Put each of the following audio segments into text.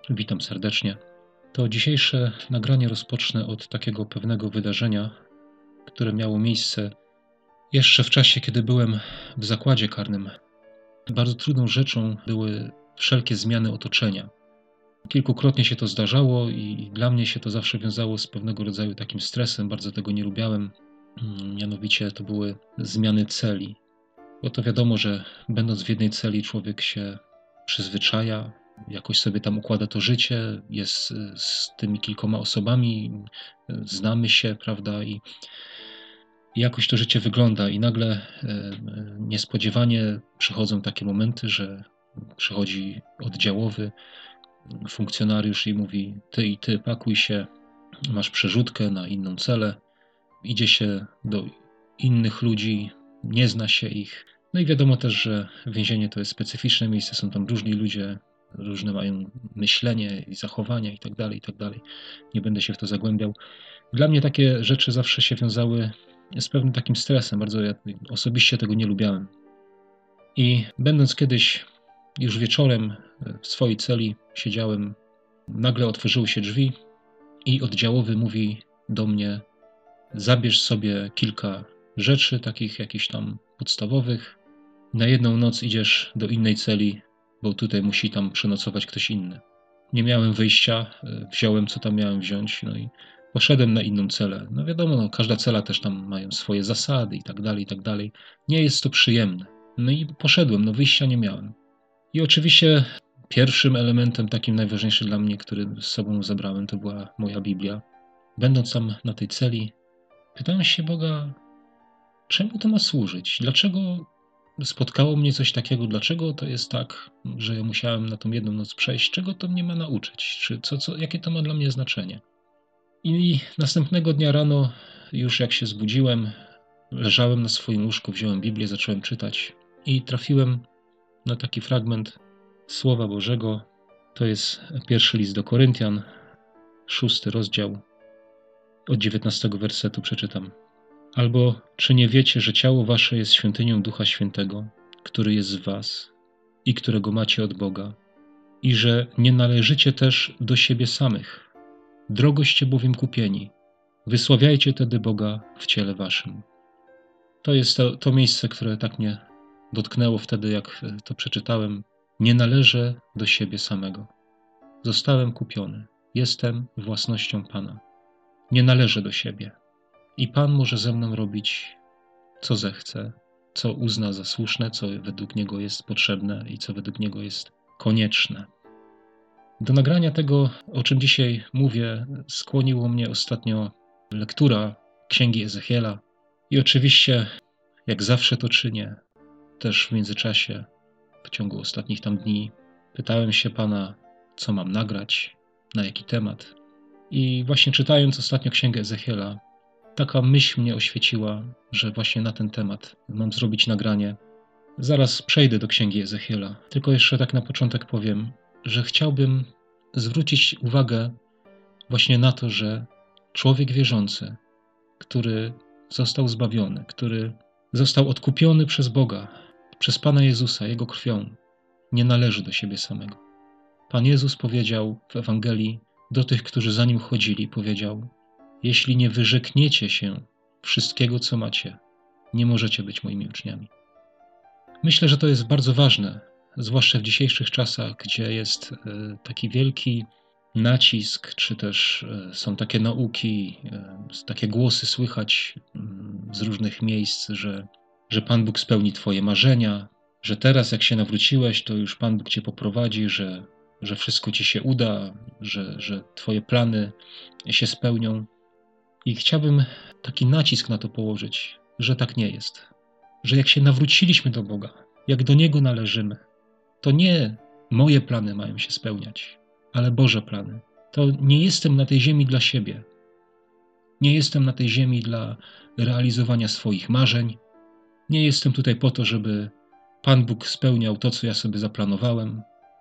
Witam serdecznie. To dzisiejsze nagranie rozpocznę od takiego pewnego wydarzenia, które miało miejsce jeszcze w czasie, kiedy byłem w zakładzie karnym. Bardzo trudną rzeczą były wszelkie zmiany otoczenia. Kilkukrotnie się to zdarzało i dla mnie się to zawsze wiązało z pewnego rodzaju takim stresem, bardzo tego nie lubiałem. Mianowicie to były zmiany celi. Bo to wiadomo, że będąc w jednej celi człowiek się przyzwyczaja, jakoś sobie tam układa to życie, jest z tymi kilkoma osobami, znamy się, prawda, i jakoś to życie wygląda i nagle niespodziewanie przychodzą takie momenty, że przychodzi oddziałowy funkcjonariusz i mówi: ty i ty pakuj się, masz przerzutkę na inną celę, idzie się do innych ludzi, nie zna się ich. No i wiadomo też, że więzienie to jest specyficzne miejsce, są tam różni ludzie, różne mają myślenie i zachowania i tak dalej, i tak dalej. Nie będę się w to zagłębiał. Dla mnie takie rzeczy zawsze się wiązały z pewnym takim stresem, bardzo ja osobiście tego nie lubiałem. I będąc kiedyś już wieczorem w swojej celi siedziałem, nagle otworzyły się drzwi i oddziałowy mówi do mnie: zabierz sobie kilka rzeczy, takich jakichś tam podstawowych. Na jedną noc idziesz do innej celi, bo tutaj musi tam przenocować ktoś inny. Nie miałem wyjścia, wziąłem co tam miałem wziąć, no i poszedłem na inną celę. No wiadomo, no, każda cela też tam mają swoje zasady i tak dalej, i tak dalej. Nie jest to przyjemne. No i poszedłem, no wyjścia nie miałem. I oczywiście pierwszym elementem takim najważniejszym dla mnie, który z sobą zabrałem, to była moja Biblia. Będąc tam na tej celi, pytałem się Boga, czemu to ma służyć? Dlaczego spotkało mnie coś takiego? Dlaczego to jest tak, że ja musiałem na tą jedną noc przejść? Czego to mnie ma nauczyć? Czy jakie to ma dla mnie znaczenie? I następnego dnia rano, już jak się zbudziłem, leżałem na swoim łóżku, wziąłem Biblię, zacząłem czytać i trafiłem na taki fragment Słowa Bożego. To jest pierwszy list do Koryntian, 6 rozdział, od 19 wersetu przeczytam. Albo czy nie wiecie, że ciało wasze jest świątynią Ducha Świętego, który jest w was i którego macie od Boga, i że nie należycie też do siebie samych, drogoście bowiem kupieni, wysławiajcie tedy Boga w ciele waszym. To jest to miejsce, które tak mnie dotknęło wtedy, jak to przeczytałem. Nie należę do siebie samego. Zostałem kupiony. Jestem własnością Pana. Nie należę do siebie. I Pan może ze mną robić, co zechce, co uzna za słuszne, co według Niego jest potrzebne i co według Niego jest konieczne. Do nagrania tego, o czym dzisiaj mówię, skłoniło mnie ostatnio lektura Księgi Ezechiela. I oczywiście, jak zawsze to czynię, też w międzyczasie, w ciągu ostatnich tam dni, pytałem się Pana, co mam nagrać, na jaki temat. I właśnie czytając ostatnio Księgę Ezechiela, taka myśl mnie oświeciła, że właśnie na ten temat mam zrobić nagranie. Zaraz przejdę do Księgi Ezechiela, tylko jeszcze tak na początek powiem, że chciałbym zwrócić uwagę właśnie na to, że człowiek wierzący, który został zbawiony, który został odkupiony przez Boga, przez Pana Jezusa, Jego krwią, nie należy do siebie samego. Pan Jezus powiedział w Ewangelii do tych, którzy za Nim chodzili, powiedział: jeśli nie wyrzekniecie się wszystkiego, co macie, nie możecie być moimi uczniami. Myślę, że to jest bardzo ważne, zwłaszcza w dzisiejszych czasach, gdzie jest taki wielki nacisk, czy też są takie nauki, takie głosy słychać z różnych miejsc, że Pan Bóg spełni twoje marzenia, że teraz jak się nawróciłeś, to już Pan Bóg cię poprowadzi, że wszystko ci się uda, że twoje plany się spełnią. I chciałbym taki nacisk na to położyć, że tak nie jest. Że jak się nawróciliśmy do Boga, jak do Niego należymy, to nie moje plany mają się spełniać, ale Boże plany. To nie jestem na tej ziemi dla siebie. Nie jestem na tej ziemi dla realizowania swoich marzeń. Nie jestem tutaj po to, żeby Pan Bóg spełniał to, co ja sobie zaplanowałem.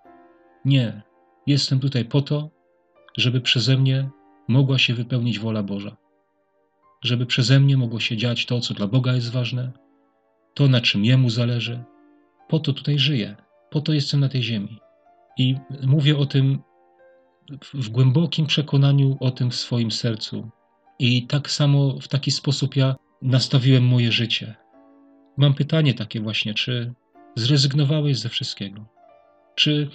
Nie. Jestem tutaj po to, żeby przeze mnie mogła się wypełnić wola Boża. Żeby przeze mnie mogło się dziać to, co dla Boga jest ważne, to, na czym Jemu zależy. Po to tutaj żyję. Po to jestem na tej ziemi. I mówię o tym w głębokim przekonaniu o tym w swoim sercu. I tak samo w taki sposób ja nastawiłem moje życie. Mam pytanie takie właśnie, czy zrezygnowałeś ze wszystkiego? Czy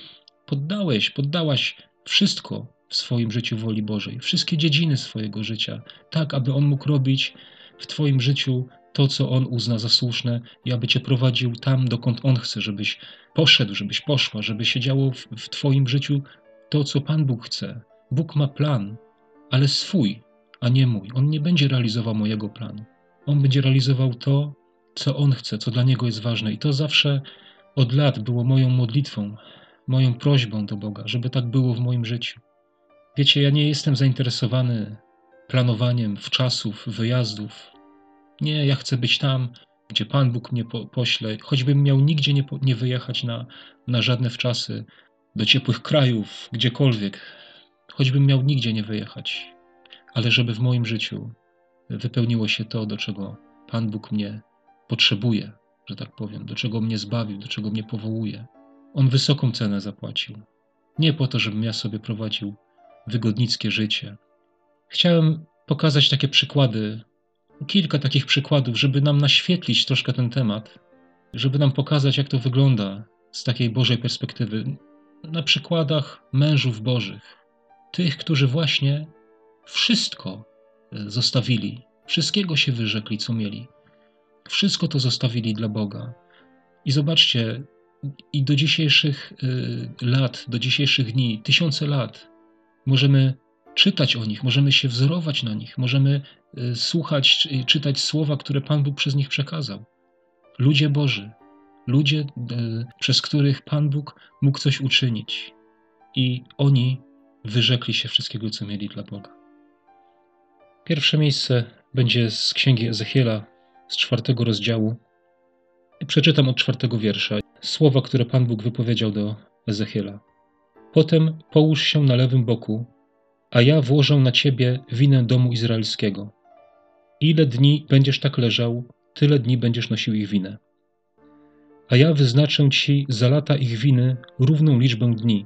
poddałaś wszystko w swoim życiu woli Bożej, wszystkie dziedziny swojego życia, tak aby On mógł robić w twoim życiu to, co On uzna za słuszne i aby cię prowadził tam, dokąd On chce, żebyś poszedł, żebyś poszła, żeby się działo w twoim życiu to, co Pan Bóg chce. Bóg ma plan, ale swój, a nie mój. On nie będzie realizował mojego planu. On będzie realizował to, co On chce, co dla Niego jest ważne. I to zawsze od lat było moją modlitwą, moją prośbą do Boga, żeby tak było w moim życiu. Wiecie, ja nie jestem zainteresowany planowaniem wczasów, wyjazdów. Nie, ja chcę być tam, gdzie Pan Bóg mnie pośle, choćbym miał nigdzie nie wyjechać na żadne wczasy, do ciepłych krajów, gdziekolwiek, choćbym miał nigdzie nie wyjechać, ale żeby w moim życiu wypełniło się to, do czego Pan Bóg mnie potrzebuje, że tak powiem, do czego mnie zbawił, do czego mnie powołuje. On wysoką cenę zapłacił. Nie po to, żebym ja sobie prowadził wygodnickie życie. Chciałem pokazać takie przykłady, kilka takich przykładów, żeby nam naświetlić troszkę ten temat, żeby nam pokazać, jak to wygląda z takiej Bożej perspektywy. Na przykładach mężów Bożych, tych, którzy właśnie wszystko zostawili, wszystkiego się wyrzekli, co mieli. Wszystko to zostawili dla Boga. I zobaczcie, i do dzisiejszych lat, do dzisiejszych dni, tysiące lat, możemy czytać o nich, możemy się wzorować na nich, możemy słuchać, czytać słowa, które Pan Bóg przez nich przekazał. Ludzie Boży, ludzie, przez których Pan Bóg mógł coś uczynić. I oni wyrzekli się wszystkiego, co mieli dla Boga. Pierwsze miejsce będzie z Księgi Ezechiela, z 4 rozdziału. Przeczytam od 4 wiersza. Słowa, które Pan Bóg wypowiedział do Ezechiela. Potem połóż się na lewym boku, a ja włożę na ciebie winę domu izraelskiego. Ile dni będziesz tak leżał, tyle dni będziesz nosił ich winę. A ja wyznaczę ci za lata ich winy równą liczbę dni,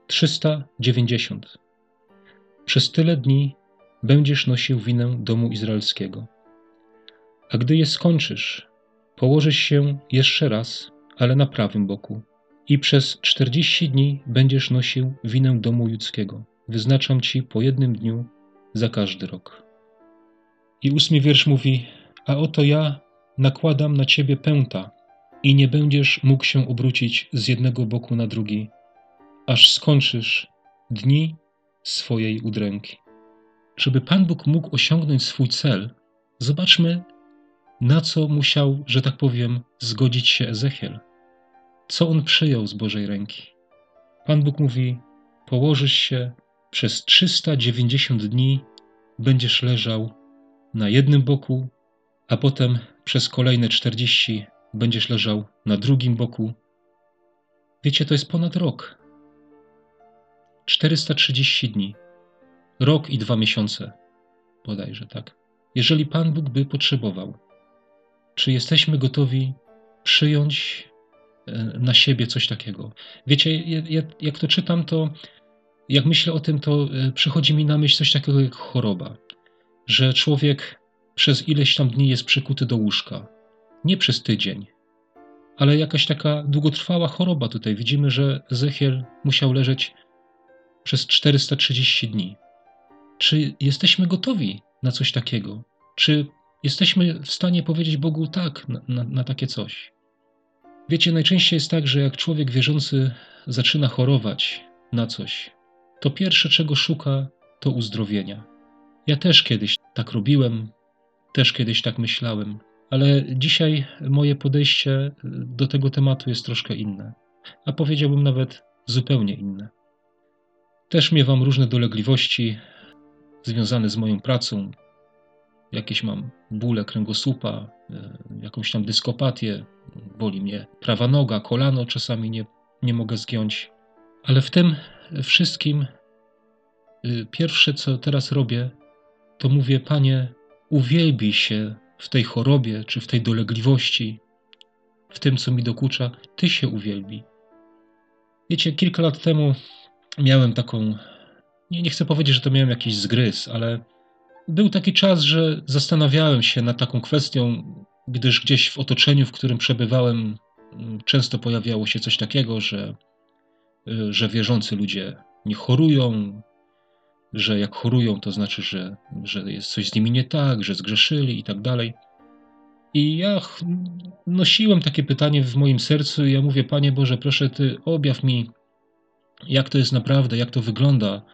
390. Przez tyle dni będziesz nosił winę domu izraelskiego. A gdy je skończysz, położysz się jeszcze raz, ale na prawym boku. I przez 40 dni będziesz nosił winę domu judzkiego. Wyznaczam ci po 1 dniu za każdy rok. I 8 wiersz mówi, a oto ja nakładam na ciebie pęta i nie będziesz mógł się obrócić z jednego boku na drugi, aż skończysz dni swojej udręki. Żeby Pan Bóg mógł osiągnąć swój cel, zobaczmy, na co musiał, że tak powiem, zgodzić się Ezechiel. Co on przyjął z Bożej ręki. Pan Bóg mówi, położysz się, przez 390 dni będziesz leżał na jednym boku, a potem przez kolejne 40 będziesz leżał na drugim boku. Wiecie, to jest ponad rok. 430 dni. Rok i 2 miesiące. Bodajże, tak. Jeżeli Pan Bóg by potrzebował, czy jesteśmy gotowi przyjąć na siebie coś takiego? Wiecie, jak to czytam, to jak myślę o tym, to przychodzi mi na myśl coś takiego jak choroba. Że człowiek przez ileś tam dni jest przykuty do łóżka. Nie przez tydzień, ale jakaś taka długotrwała choroba tutaj. Widzimy, że Ezechiel musiał leżeć przez 430 dni. Czy jesteśmy gotowi na coś takiego? Czy jesteśmy w stanie powiedzieć Bogu tak na takie coś? Wiecie, najczęściej jest tak, że jak człowiek wierzący zaczyna chorować na coś, to pierwsze, czego szuka, to uzdrowienia. Ja też kiedyś tak robiłem, też kiedyś tak myślałem, ale dzisiaj moje podejście do tego tematu jest troszkę inne, a powiedziałbym nawet zupełnie inne. Też miewam różne dolegliwości związane z moją pracą. Jakieś mam bóle kręgosłupa, jakąś tam dyskopatię, boli mnie prawa noga, kolano czasami nie mogę zgiąć. Ale w tym wszystkim pierwsze, co teraz robię, to mówię, Panie, uwielbij się w tej chorobie, czy w tej dolegliwości, w tym, co mi dokucza, Ty się uwielbij. Wiecie, kilka lat temu miałem taką nie chcę powiedzieć, że to miałem jakiś zgryz, ale był taki czas, że zastanawiałem się nad taką kwestią, gdyż gdzieś w otoczeniu, w którym przebywałem, często pojawiało się coś takiego, że wierzący ludzie nie chorują, że jak chorują, to znaczy, że jest coś z nimi nie tak, że zgrzeszyli i tak dalej. I ja nosiłem takie pytanie w moim sercu i ja mówię, Panie Boże, proszę Ty objaw mi, jak to jest naprawdę, jak to wygląda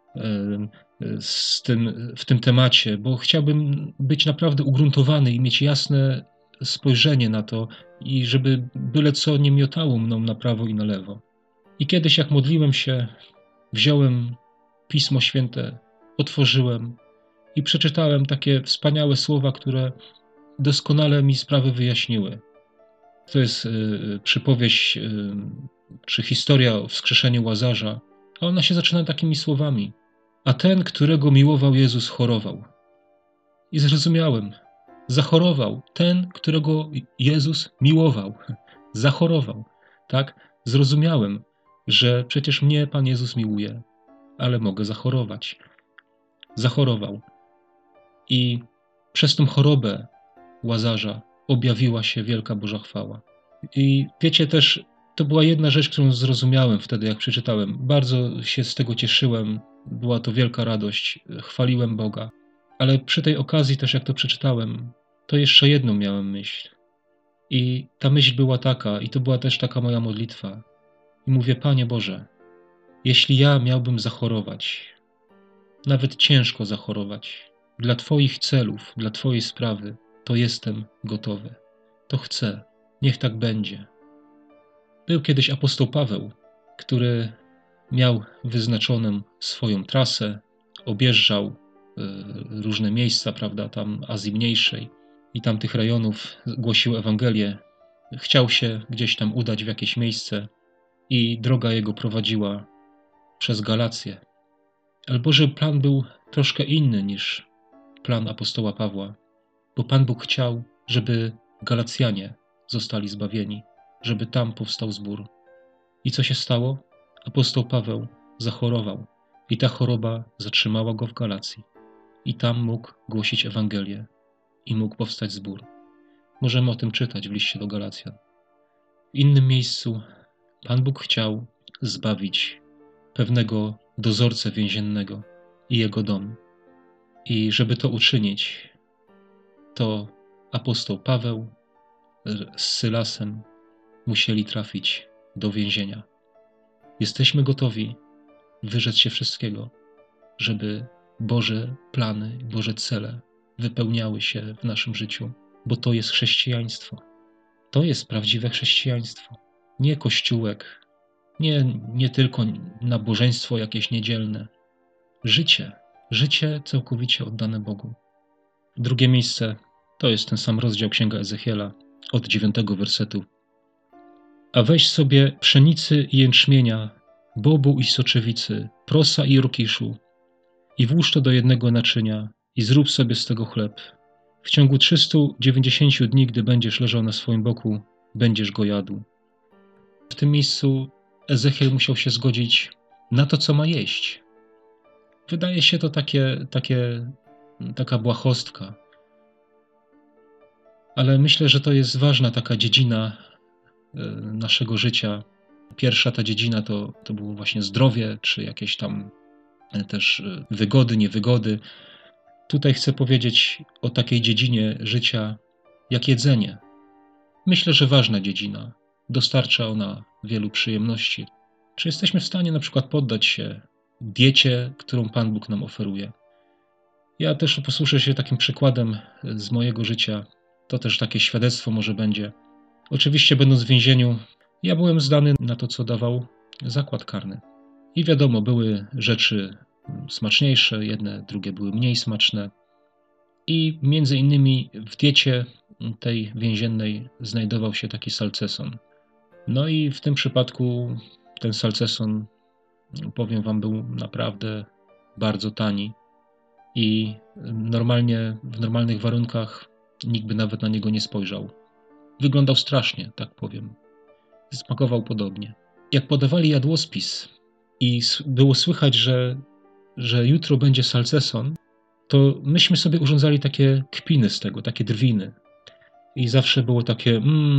w tym temacie, bo chciałbym być naprawdę ugruntowany i mieć jasne spojrzenie na to i żeby byle co nie miotało mną na prawo i na lewo. I kiedyś jak modliłem się, wziąłem Pismo Święte, otworzyłem i przeczytałem takie wspaniałe słowa, które doskonale mi sprawę wyjaśniły. To jest przypowieść czy historia o wskrzeszeniu Łazarza, a ona się zaczyna takimi słowami. A ten, którego miłował Jezus, chorował. I zrozumiałem, zachorował. Ten, którego Jezus miłował, zachorował. Tak? Zrozumiałem, że przecież mnie Pan Jezus miłuje, ale mogę zachorować. Zachorował. I przez tą chorobę Łazarza objawiła się wielka Boża chwała. I wiecie też, to była jedna rzecz, którą zrozumiałem wtedy, jak przeczytałem. Bardzo się z tego cieszyłem, była to wielka radość, chwaliłem Boga. Ale przy tej okazji też, jak to przeczytałem, to jeszcze jedną miałem myśl. I ta myśl była taka, i to była też taka moja modlitwa. I mówię, Panie Boże, jeśli ja miałbym zachorować, nawet ciężko zachorować, dla Twoich celów, dla Twojej sprawy, to jestem gotowy. To chcę. Niech tak będzie. Był kiedyś apostoł Paweł, który miał wyznaczoną swoją trasę, objeżdżał różne miejsca, prawda, tam Azji Mniejszej i tamtych rejonów, głosił Ewangelię. Chciał się gdzieś tam udać w jakieś miejsce i droga jego prowadziła przez Galację. Ale Boży plan był troszkę inny niż plan apostoła Pawła, bo Pan Bóg chciał, żeby Galacjanie zostali zbawieni, żeby tam powstał zbór. I co się stało? Apostoł Paweł zachorował i ta choroba zatrzymała go w Galacji. I tam mógł głosić Ewangelię i mógł powstać zbór. Możemy o tym czytać w liście do Galacjan. W innym miejscu Pan Bóg chciał zbawić pewnego dozorcę więziennego i jego dom. I żeby to uczynić, to apostoł Paweł z Sylasem musieli trafić do więzienia. Jesteśmy gotowi wyrzec się wszystkiego, żeby Boże plany, Boże cele wypełniały się w naszym życiu, bo to jest chrześcijaństwo. To jest prawdziwe chrześcijaństwo. Nie kościółek, nie tylko nabożeństwo jakieś niedzielne. Życie całkowicie oddane Bogu. Drugie miejsce to jest ten sam rozdział Księga Ezechiela od 9 wersetu. A weź sobie pszenicy i jęczmienia, bobu i soczewicy, prosa i orkiszu i włóż to do jednego naczynia i zrób sobie z tego chleb. W ciągu 390 dni, gdy będziesz leżał na swoim boku, będziesz go jadł. W tym miejscu Ezechiel musiał się zgodzić na to, co ma jeść. Wydaje się to taka błahostka, ale myślę, że to jest ważna taka dziedzina naszego życia. Pierwsza ta dziedzina to było właśnie zdrowie, czy jakieś tam też wygody, niewygody. Tutaj chcę powiedzieć o takiej dziedzinie życia jak jedzenie. Myślę, że ważna dziedzina. Dostarcza ona wielu przyjemności. Czy jesteśmy w stanie na przykład poddać się diecie, którą Pan Bóg nam oferuje? Ja też posłużę się takim przykładem z mojego życia. To też takie świadectwo może będzie. Oczywiście będąc w więzieniu, ja byłem zdany na to, co dawał zakład karny. I wiadomo, były rzeczy smaczniejsze, jedne, drugie były mniej smaczne. I między innymi w diecie tej więziennej znajdował się taki salceson. No i w tym przypadku ten salceson, powiem wam, był naprawdę bardzo tani i w normalnych warunkach nikt by nawet na niego nie spojrzał. Wyglądał strasznie, tak powiem. Smakował podobnie. Jak podawali jadłospis i było słychać, że że jutro będzie salceson, to myśmy sobie urządzali takie kpiny z tego, takie drwiny. I zawsze było takie,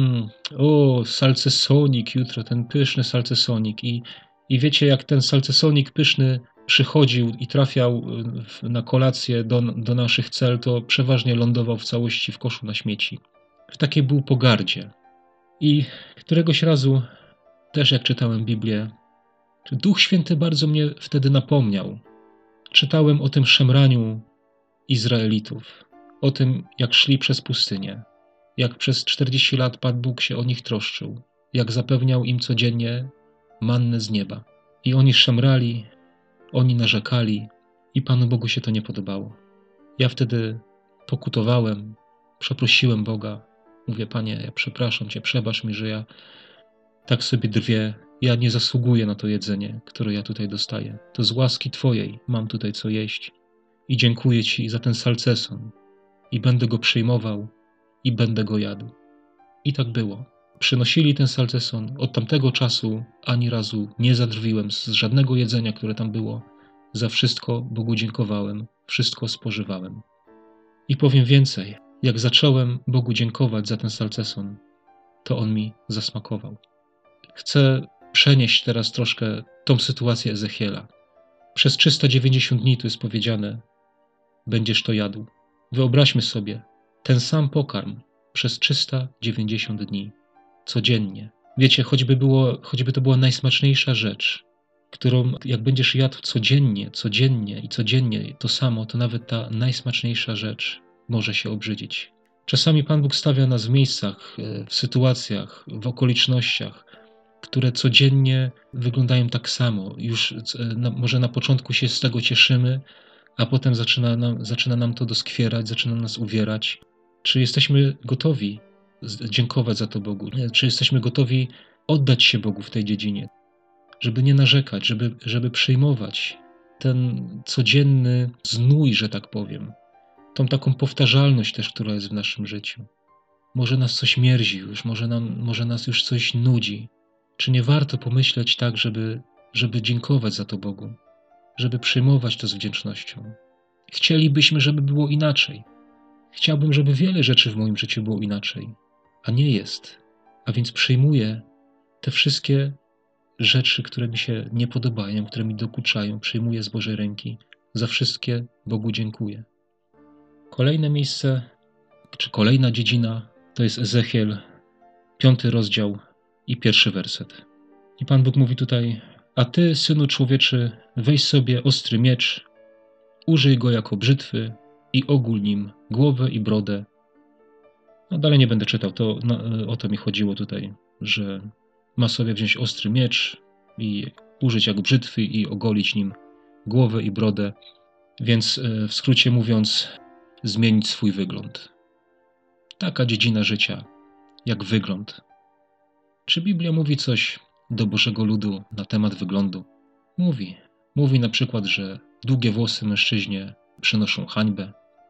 salcesonik jutro, ten pyszny salcesonik. I wiecie, jak ten salcesonik pyszny przychodził i trafiał na kolację do naszych cel, to przeważnie lądował w całości w koszu na śmieci. W takiej był pogardzie. I któregoś razu, też jak czytałem Biblię, Duch Święty bardzo mnie wtedy napomniał. Czytałem o tym szemraniu Izraelitów, o tym, jak szli przez pustynię, jak przez 40 lat Pan Bóg się o nich troszczył, jak zapewniał im codziennie mannę z nieba. I oni szemrali, oni narzekali i Panu Bogu się to nie podobało. Ja wtedy pokutowałem, przeprosiłem Boga. Mówię, Panie, ja przepraszam Cię, przebacz mi, że ja tak sobie drwię. Ja nie zasługuję na to jedzenie, które ja tutaj dostaję. To z łaski Twojej mam tutaj co jeść. I dziękuję Ci za ten salceson. I będę go przyjmował i będę go jadł. I tak było. Przynosili ten salceson. Od tamtego czasu ani razu nie zadrwiłem z żadnego jedzenia, które tam było. Za wszystko Bogu dziękowałem, wszystko spożywałem. I powiem więcej. Jak zacząłem Bogu dziękować za ten salceson, to On mi zasmakował. Chcę przenieść teraz troszkę tą sytuację Ezechiela. Przez 390 dni tu jest powiedziane, będziesz to jadł. Wyobraźmy sobie, ten sam pokarm przez 390 dni, codziennie. Wiecie, choćby to była najsmaczniejsza rzecz, którą jak będziesz jadł codziennie to samo, to nawet ta najsmaczniejsza rzecz może się obrzydzić. Czasami Pan Bóg stawia nas w miejscach, w sytuacjach, w okolicznościach, które codziennie wyglądają tak samo. Już może na początku się z tego cieszymy, a potem zaczyna nam to doskwierać, zaczyna nas uwierać. Czy jesteśmy gotowi dziękować za to Bogu? Czy jesteśmy gotowi oddać się Bogu w tej dziedzinie? Żeby nie narzekać, żeby przyjmować ten codzienny znój, że tak powiem. Tą taką powtarzalność też, która jest w naszym życiu. Może nas coś mierzi już, może nas już coś nudzi. Czy nie warto pomyśleć tak, żeby dziękować za to Bogu? Żeby przyjmować to z wdzięcznością. Chcielibyśmy, żeby było inaczej. Chciałbym, żeby wiele rzeczy w moim życiu było inaczej, a nie jest. A więc przyjmuję te wszystkie rzeczy, które mi się nie podobają, które mi dokuczają, przyjmuję z Bożej ręki. Za wszystkie Bogu dziękuję. Kolejne miejsce, czy kolejna dziedzina, to jest Ezechiel, 5 rozdział i 1 werset. I Pan Bóg mówi tutaj, a Ty, Synu Człowieczy, weź sobie ostry miecz, użyj go jako brzytwy i ogól nim głowę i brodę. No dalej nie będę czytał, o to mi chodziło tutaj, że ma sobie wziąć ostry miecz i użyć jako brzytwy i ogolić nim głowę i brodę. Więc w skrócie mówiąc, zmienić swój wygląd. Taka dziedzina życia, jak wygląd. Czy Biblia mówi coś do Bożego ludu na temat wyglądu? Mówi. Mówi na przykład, że długie włosy mężczyźnie przynoszą hańbę,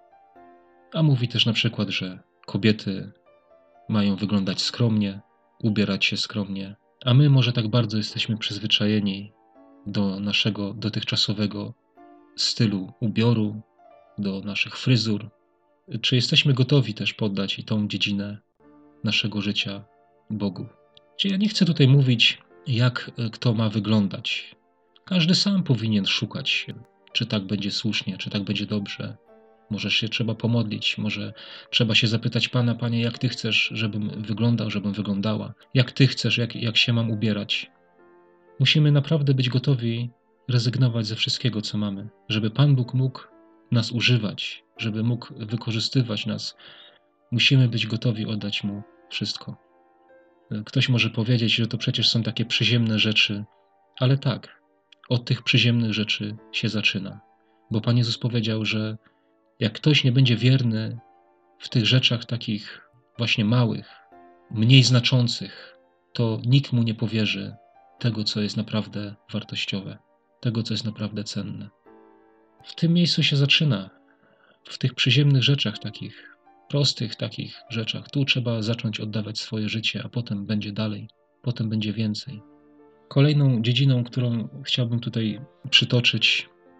a mówi też na przykład, że kobiety mają wyglądać skromnie, ubierać się skromnie, a my może tak bardzo jesteśmy przyzwyczajeni do naszego dotychczasowego stylu ubioru, do naszych fryzur. Czy jesteśmy gotowi też poddać i tą dziedzinę naszego życia Bogu? Czyli ja nie chcę tutaj mówić, jak kto ma wyglądać. Każdy sam powinien szukać, czy tak będzie słusznie, czy tak będzie dobrze. Może się trzeba pomodlić, może trzeba się zapytać Pana, Panie, jak Ty chcesz, żebym wyglądał, żebym wyglądała? Jak Ty chcesz, jak się mam ubierać? Musimy naprawdę być gotowi rezygnować ze wszystkiego, co mamy, żeby Pan Bóg mógł nas używać, żeby mógł wykorzystywać nas. Musimy być gotowi oddać Mu wszystko. Ktoś może powiedzieć, że to przecież są takie przyziemne rzeczy, ale tak, od tych przyziemnych rzeczy się zaczyna. Bo Pan Jezus powiedział, że jak ktoś nie będzie wierny w tych rzeczach takich właśnie małych, mniej znaczących, to nikt mu nie powierzy tego, co jest naprawdę wartościowe, tego, co jest naprawdę cenne. W tym miejscu się zaczyna, w tych przyziemnych rzeczach takich, prostych takich rzeczach. Tu trzeba zacząć oddawać swoje życie, a potem będzie dalej, potem będzie więcej. Kolejną dziedziną, którą chciałbym tutaj przytoczyć,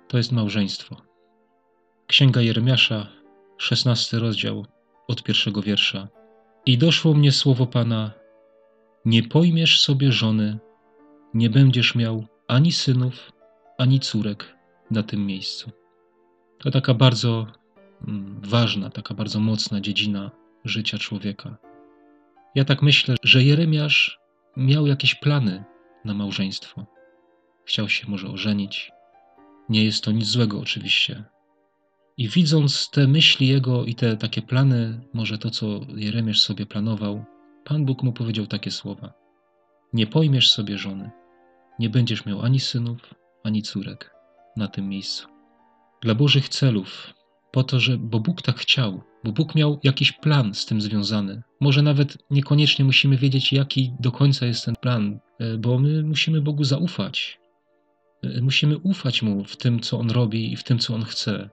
to jest małżeństwo. Księga Jeremiasza, 16 rozdział, od 1 wiersza. I doszło mnie słowo Pana: nie pojmiesz sobie żony, nie będziesz miał ani synów, ani córek na tym miejscu. To taka bardzo ważna, taka bardzo mocna dziedzina życia człowieka. Ja tak myślę, że Jeremiasz miał jakieś plany na małżeństwo. Chciał się może ożenić. Nie jest to nic złego oczywiście. I widząc te myśli jego i te takie plany, może to, co Jeremiasz sobie planował, Pan Bóg mu powiedział takie słowa: nie pojmiesz sobie żony, nie będziesz miał ani synów, ani córek na tym miejscu. Dla Bożych celów, po to, bo Bóg tak chciał, bo Bóg miał jakiś plan z tym związany. Może nawet niekoniecznie musimy wiedzieć, jaki do końca jest ten plan, bo my musimy Bogu zaufać. Musimy ufać Mu w tym, co On robi i w tym, co On chce.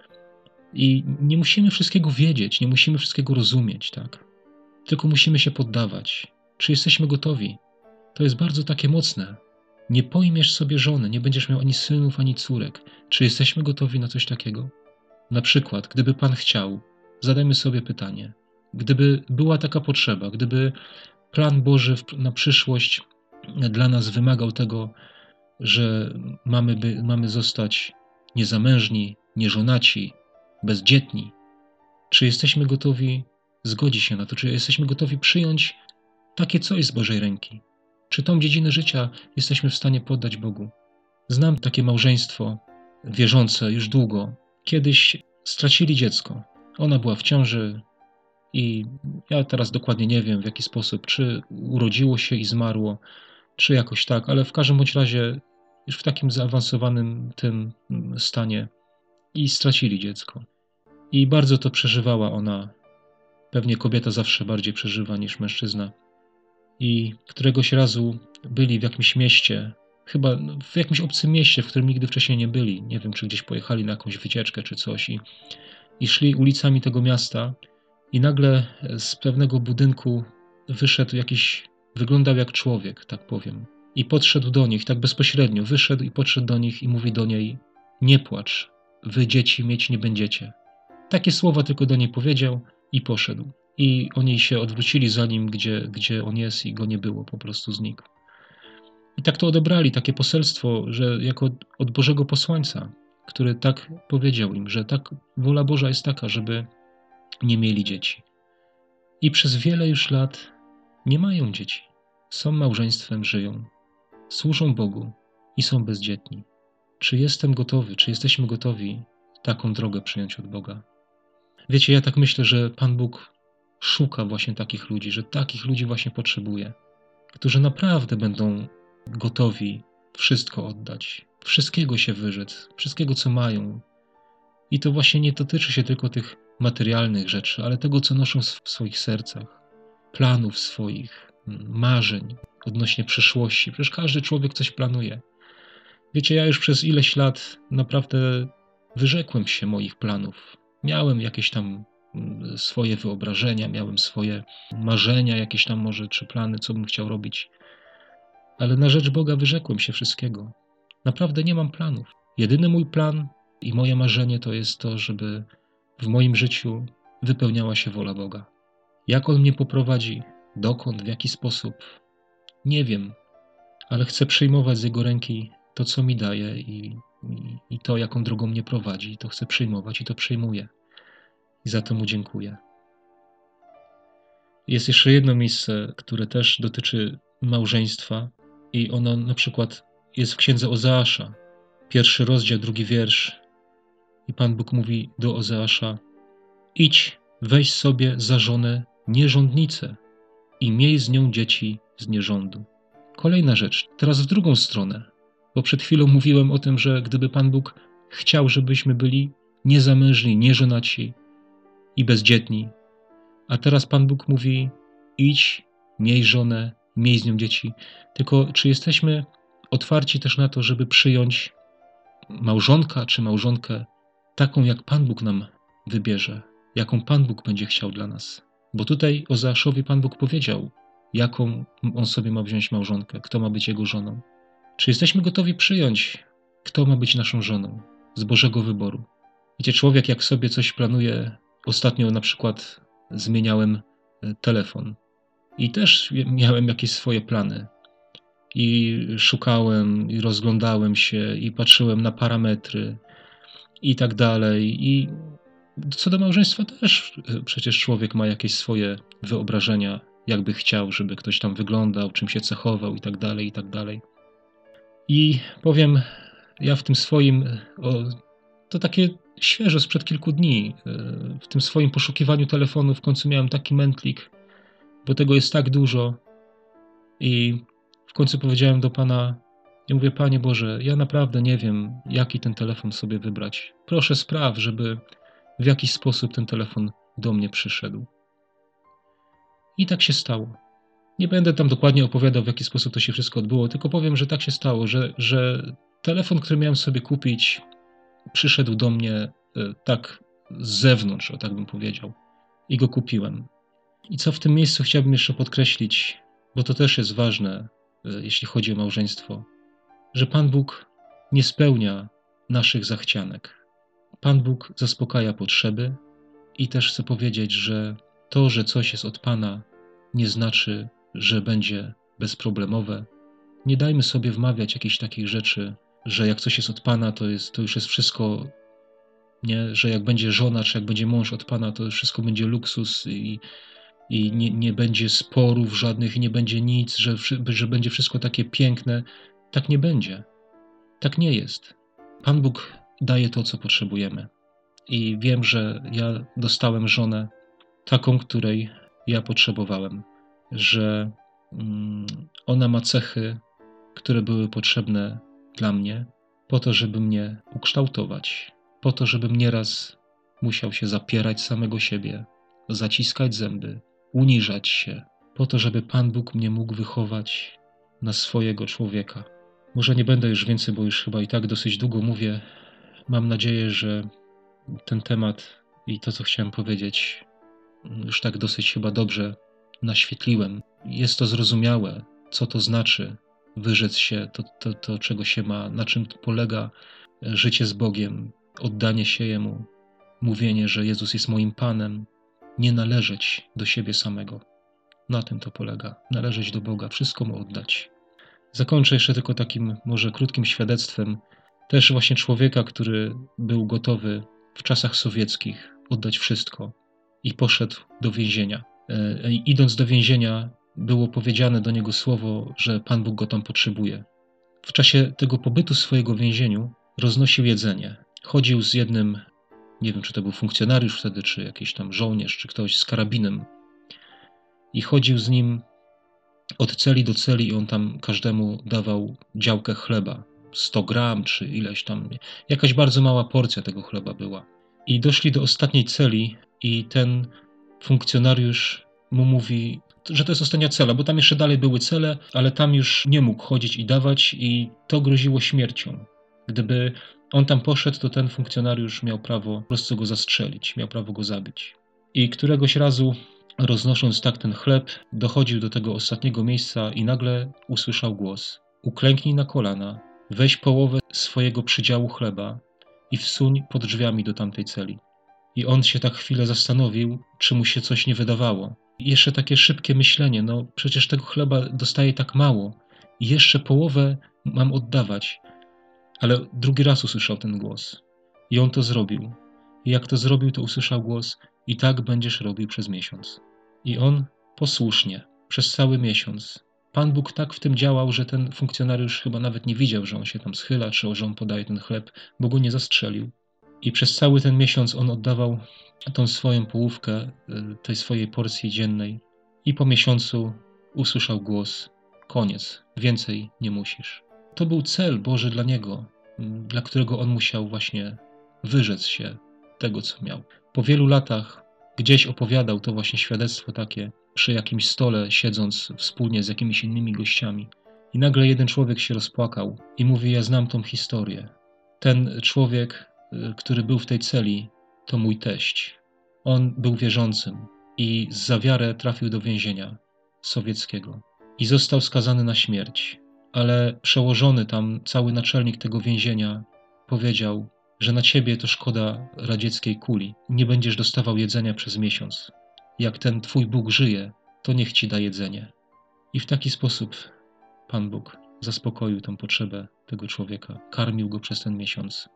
I nie musimy wszystkiego wiedzieć, nie musimy wszystkiego rozumieć, tak? Tylko musimy się poddawać. Czy jesteśmy gotowi? To jest bardzo takie mocne. Nie pojmiesz sobie żony, nie będziesz miał ani synów, ani córek. Czy jesteśmy gotowi na coś takiego? Na przykład, gdyby Pan chciał, zadajmy sobie pytanie, gdyby była taka potrzeba, gdyby plan Boży na przyszłość dla nas wymagał tego, że mamy zostać niezamężni, nieżonaci, bezdzietni, czy jesteśmy gotowi zgodzić się na to? Czy jesteśmy gotowi przyjąć takie coś z Bożej ręki? Czy tą dziedzinę życia jesteśmy w stanie poddać Bogu? Znam takie małżeństwo wierzące już długo. Kiedyś stracili dziecko. Ona była w ciąży i ja teraz dokładnie nie wiem, w jaki sposób, czy urodziło się i zmarło, czy jakoś tak, ale w każdym bądź razie już w takim zaawansowanym tym stanie i stracili dziecko. I bardzo to przeżywała ona. Pewnie kobieta zawsze bardziej przeżywa niż mężczyzna. I któregoś razu byli w jakimś mieście, chyba w jakimś obcym mieście, w którym nigdy wcześniej nie byli. Nie wiem, czy gdzieś pojechali na jakąś wycieczkę czy coś. I szli ulicami tego miasta i nagle z pewnego budynku wyszedł wyglądał jak człowiek, tak powiem. I podszedł do nich, tak bezpośrednio, wyszedł i podszedł do nich i mówi do niej: nie płacz, wy dzieci mieć nie będziecie. Takie słowa tylko do niej powiedział i poszedł. I oni się odwrócili za nim, gdzie on jest, i go nie było, po prostu znikł. I tak to odebrali, takie poselstwo, że jako od Bożego posłańca, który tak powiedział im, że tak wola Boża jest taka, żeby nie mieli dzieci. I przez wiele już lat nie mają dzieci. Są małżeństwem, żyją, służą Bogu i są bezdzietni. Czy jestem gotowy, czy jesteśmy gotowi taką drogę przyjąć od Boga? Wiecie, ja tak myślę, że Pan Bóg szuka właśnie takich ludzi, że takich ludzi właśnie potrzebuje, którzy naprawdę będą gotowi wszystko oddać, wszystkiego się wyrzec, wszystkiego, co mają. I to właśnie nie dotyczy się tylko tych materialnych rzeczy, ale tego, co noszą w swoich sercach, planów swoich, marzeń odnośnie przyszłości. Przecież każdy człowiek coś planuje. Wiecie, ja już przez ileś lat naprawdę wyrzekłem się moich planów. Miałem jakieś tam swoje wyobrażenia, miałem swoje marzenia, jakieś tam może, czy plany, co bym chciał robić. Ale na rzecz Boga wyrzekłem się wszystkiego. Naprawdę nie mam planów. Jedyny mój plan i moje marzenie to jest to, żeby w moim życiu wypełniała się wola Boga. Jak On mnie poprowadzi, dokąd, w jaki sposób, nie wiem, ale chcę przyjmować z Jego ręki to, co mi daje i to, jaką drogą mnie prowadzi. To chcę przyjmować i to przyjmuję. I za to Mu dziękuję. Jest jeszcze jedno miejsce, które też dotyczy małżeństwa i ono na przykład jest w księdze Ozeasza, 1 rozdział, 2 wiersz. I Pan Bóg mówi do Ozeasza: idź, weź sobie za żonę nierządnicę i miej z nią dzieci z nierządu. Kolejna rzecz, teraz w drugą stronę, bo przed chwilą mówiłem o tym, że gdyby Pan Bóg chciał, żebyśmy byli niezamężni, nieżonaci i bezdzietni, a teraz Pan Bóg mówi: idź, miej żonę, miej z nią dzieci. Tylko czy jesteśmy otwarci też na to, żeby przyjąć małżonka czy małżonkę taką, jak Pan Bóg nam wybierze, jaką Pan Bóg będzie chciał dla nas? Bo tutaj Ozeaszowi Pan Bóg powiedział, jaką on sobie ma wziąć małżonkę, kto ma być jego żoną. Czy jesteśmy gotowi przyjąć, kto ma być naszą żoną? z Bożego wyboru. Wiecie, człowiek jak sobie coś planuje, ostatnio na przykład zmieniałem telefon i też miałem jakieś swoje plany. I szukałem, i rozglądałem się, i patrzyłem na parametry i tak dalej. I co do małżeństwa też przecież człowiek ma jakieś swoje wyobrażenia, jakby chciał, żeby ktoś tam wyglądał, czym się cechował i tak dalej, i tak dalej. I powiem, ja w tym swoim, to takie świeże sprzed kilku dni, w tym swoim poszukiwaniu telefonu w końcu miałem taki mętlik, bo tego jest tak dużo i w końcu powiedziałem do Pana, ja mówię, Panie Boże, ja naprawdę nie wiem, jaki ten telefon sobie wybrać. Proszę spraw, żeby w jakiś sposób ten telefon do mnie przyszedł. I tak się stało. Nie będę tam dokładnie opowiadał, w jaki sposób to się wszystko odbyło, tylko powiem, że tak się stało, że telefon, który miałem sobie kupić, przyszedł do mnie tak z zewnątrz, o tak bym powiedział. I go kupiłem. I co w tym miejscu chciałbym jeszcze podkreślić, bo to też jest ważne, jeśli chodzi o małżeństwo, że Pan Bóg nie spełnia naszych zachcianek. Pan Bóg zaspokaja potrzeby i też chcę powiedzieć, że to, że coś jest od Pana, nie znaczy, że będzie bezproblemowe. Nie dajmy sobie wmawiać jakichś takich rzeczy, że jak coś jest od Pana, to już jest wszystko, nie? Że jak będzie żona, czy jak będzie mąż od Pana, to wszystko będzie luksus i nie będzie sporów żadnych, nie będzie nic, że będzie wszystko takie piękne. Tak nie będzie. Tak nie jest. Pan Bóg daje to, co potrzebujemy. I wiem, że ja dostałem żonę taką, której ja potrzebowałem, że ona ma cechy, które były potrzebne dla mnie, po to, żeby mnie ukształtować, po to, żebym nieraz musiał się zapierać samego siebie, zaciskać zęby, uniżać się, po to, żeby Pan Bóg mnie mógł wychować na swojego człowieka. Może nie będę już więcej, bo już chyba i tak dosyć długo mówię. Mam nadzieję, że ten temat i to, co chciałem powiedzieć, już tak dosyć chyba dobrze naświetliłem. Jest to zrozumiałe, co to znaczy wyrzec się, to czego się ma, na czym polega życie z Bogiem, oddanie się Jemu, mówienie, że Jezus jest moim Panem, nie należeć do siebie samego. Na tym to polega. Należeć do Boga, wszystko Mu oddać. Zakończę jeszcze tylko takim może krótkim świadectwem też właśnie człowieka, który był gotowy w czasach sowieckich oddać wszystko i poszedł do więzienia. Idąc do więzienia, było powiedziane do niego słowo, że Pan Bóg go tam potrzebuje. W czasie tego pobytu swojego w więzieniu roznosił jedzenie. Chodził z jednym, nie wiem, czy to był funkcjonariusz wtedy, czy jakiś tam żołnierz, czy ktoś z karabinem. I chodził z nim od celi do celi i on tam każdemu dawał działkę chleba. 100 gram, czy ileś tam. Jakaś bardzo mała porcja tego chleba była. I doszli do ostatniej celi i ten funkcjonariusz mu mówi, że to jest ostatnia cela, bo tam jeszcze dalej były cele, ale tam już nie mógł chodzić i dawać i to groziło śmiercią. Gdyby on tam poszedł, to ten funkcjonariusz miał prawo po prostu go zastrzelić, miał prawo go zabić. I któregoś razu, roznosząc tak ten chleb, dochodził do tego ostatniego miejsca i nagle usłyszał głos: uklęknij na kolana, weź połowę swojego przydziału chleba i wsuń pod drzwiami do tamtej celi. I on się tak chwilę zastanowił, czy mu się coś nie wydawało. I jeszcze takie szybkie myślenie, no przecież tego chleba dostaję tak mało i jeszcze połowę mam oddawać. Ale drugi raz usłyszał ten głos i on to zrobił. I jak to zrobił, to usłyszał głos: i tak będziesz robił przez miesiąc. I on posłusznie, przez cały miesiąc. Pan Bóg tak w tym działał, że ten funkcjonariusz chyba nawet nie widział, że on się tam schyla, czy że on podaje ten chleb, bo go nie zastrzelił. I przez cały ten miesiąc on oddawał tą swoją połówkę tej swojej porcji dziennej. I po miesiącu usłyszał głos: koniec, więcej nie musisz. To był cel Boży dla niego, dla którego on musiał właśnie wyrzec się tego, co miał. Po wielu latach gdzieś opowiadał to właśnie świadectwo takie przy jakimś stole, siedząc wspólnie z jakimiś innymi gościami. I nagle jeden człowiek się rozpłakał i mówi: ja znam tą historię. Ten człowiek, który był w tej celi, to mój teść. On był wierzącym i za wiarę trafił do więzienia sowieckiego i został skazany na śmierć. Ale przełożony tam, cały naczelnik tego więzienia powiedział: że na ciebie to szkoda radzieckiej kuli. Nie będziesz dostawał jedzenia przez miesiąc. Jak ten twój Bóg żyje, to niech ci da jedzenie. I w taki sposób Pan Bóg zaspokoił tę potrzebę tego człowieka. Karmił go przez ten miesiąc.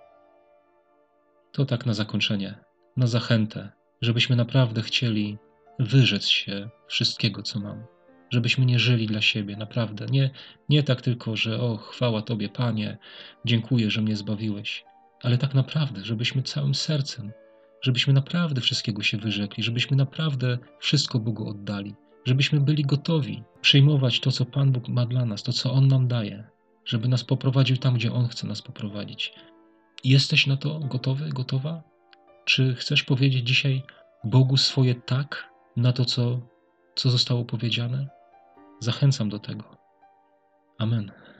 To tak na zakończenie, na zachętę, żebyśmy naprawdę chcieli wyrzec się wszystkiego, co mam. Żebyśmy nie żyli dla siebie, naprawdę. Nie tak tylko, że chwała Tobie, Panie, dziękuję, że mnie zbawiłeś. Ale tak naprawdę, żebyśmy całym sercem, żebyśmy naprawdę wszystkiego się wyrzekli, żebyśmy naprawdę wszystko Bogu oddali. Żebyśmy byli gotowi przyjmować to, co Pan Bóg ma dla nas, to, co On nam daje. Żeby nas poprowadził tam, gdzie On chce nas poprowadzić. Jesteś na to gotowy, gotowa? Czy chcesz powiedzieć dzisiaj Bogu swoje tak na to, co zostało powiedziane? Zachęcam do tego. Amen.